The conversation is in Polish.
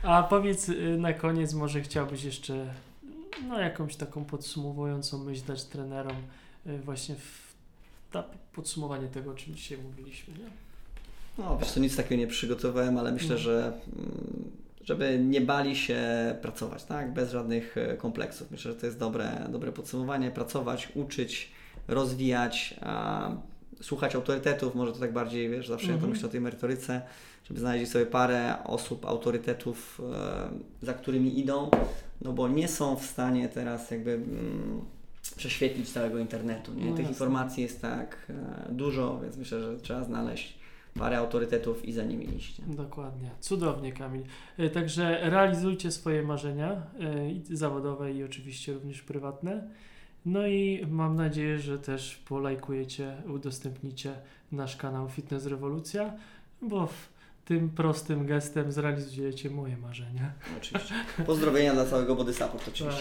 A powiedz na koniec, może chciałbyś jeszcze jakąś taką podsumowującą myśl dać trenerom właśnie podsumowanie tego, o czym dzisiaj mówiliśmy, nie? No, wiesz co, nic takiego nie przygotowałem, ale myślę, że żeby nie bali się pracować, tak? Bez żadnych kompleksów. Myślę, że to jest dobre podsumowanie. Pracować, uczyć, rozwijać, słuchać autorytetów, może to tak bardziej, wiesz, zawsze ja to myślę o tej merytoryce, żeby znaleźć sobie parę osób, autorytetów, za którymi idą, no bo nie są w stanie teraz jakby prześwietlić całego internetu, nie? Tych informacji jest tak dużo, więc myślę, że trzeba znaleźć parę autorytetów i za nimi iść. Nie? Dokładnie. Cudownie, Kamil. Także realizujcie swoje marzenia zawodowe i oczywiście również prywatne. No i mam nadzieję, że też polajkujecie, udostępnicie nasz kanał Fitness Rewolucja, bo tym prostym gestem zrealizujecie moje marzenia. Oczywiście. Pozdrowienia dla całego Body Support oczywiście.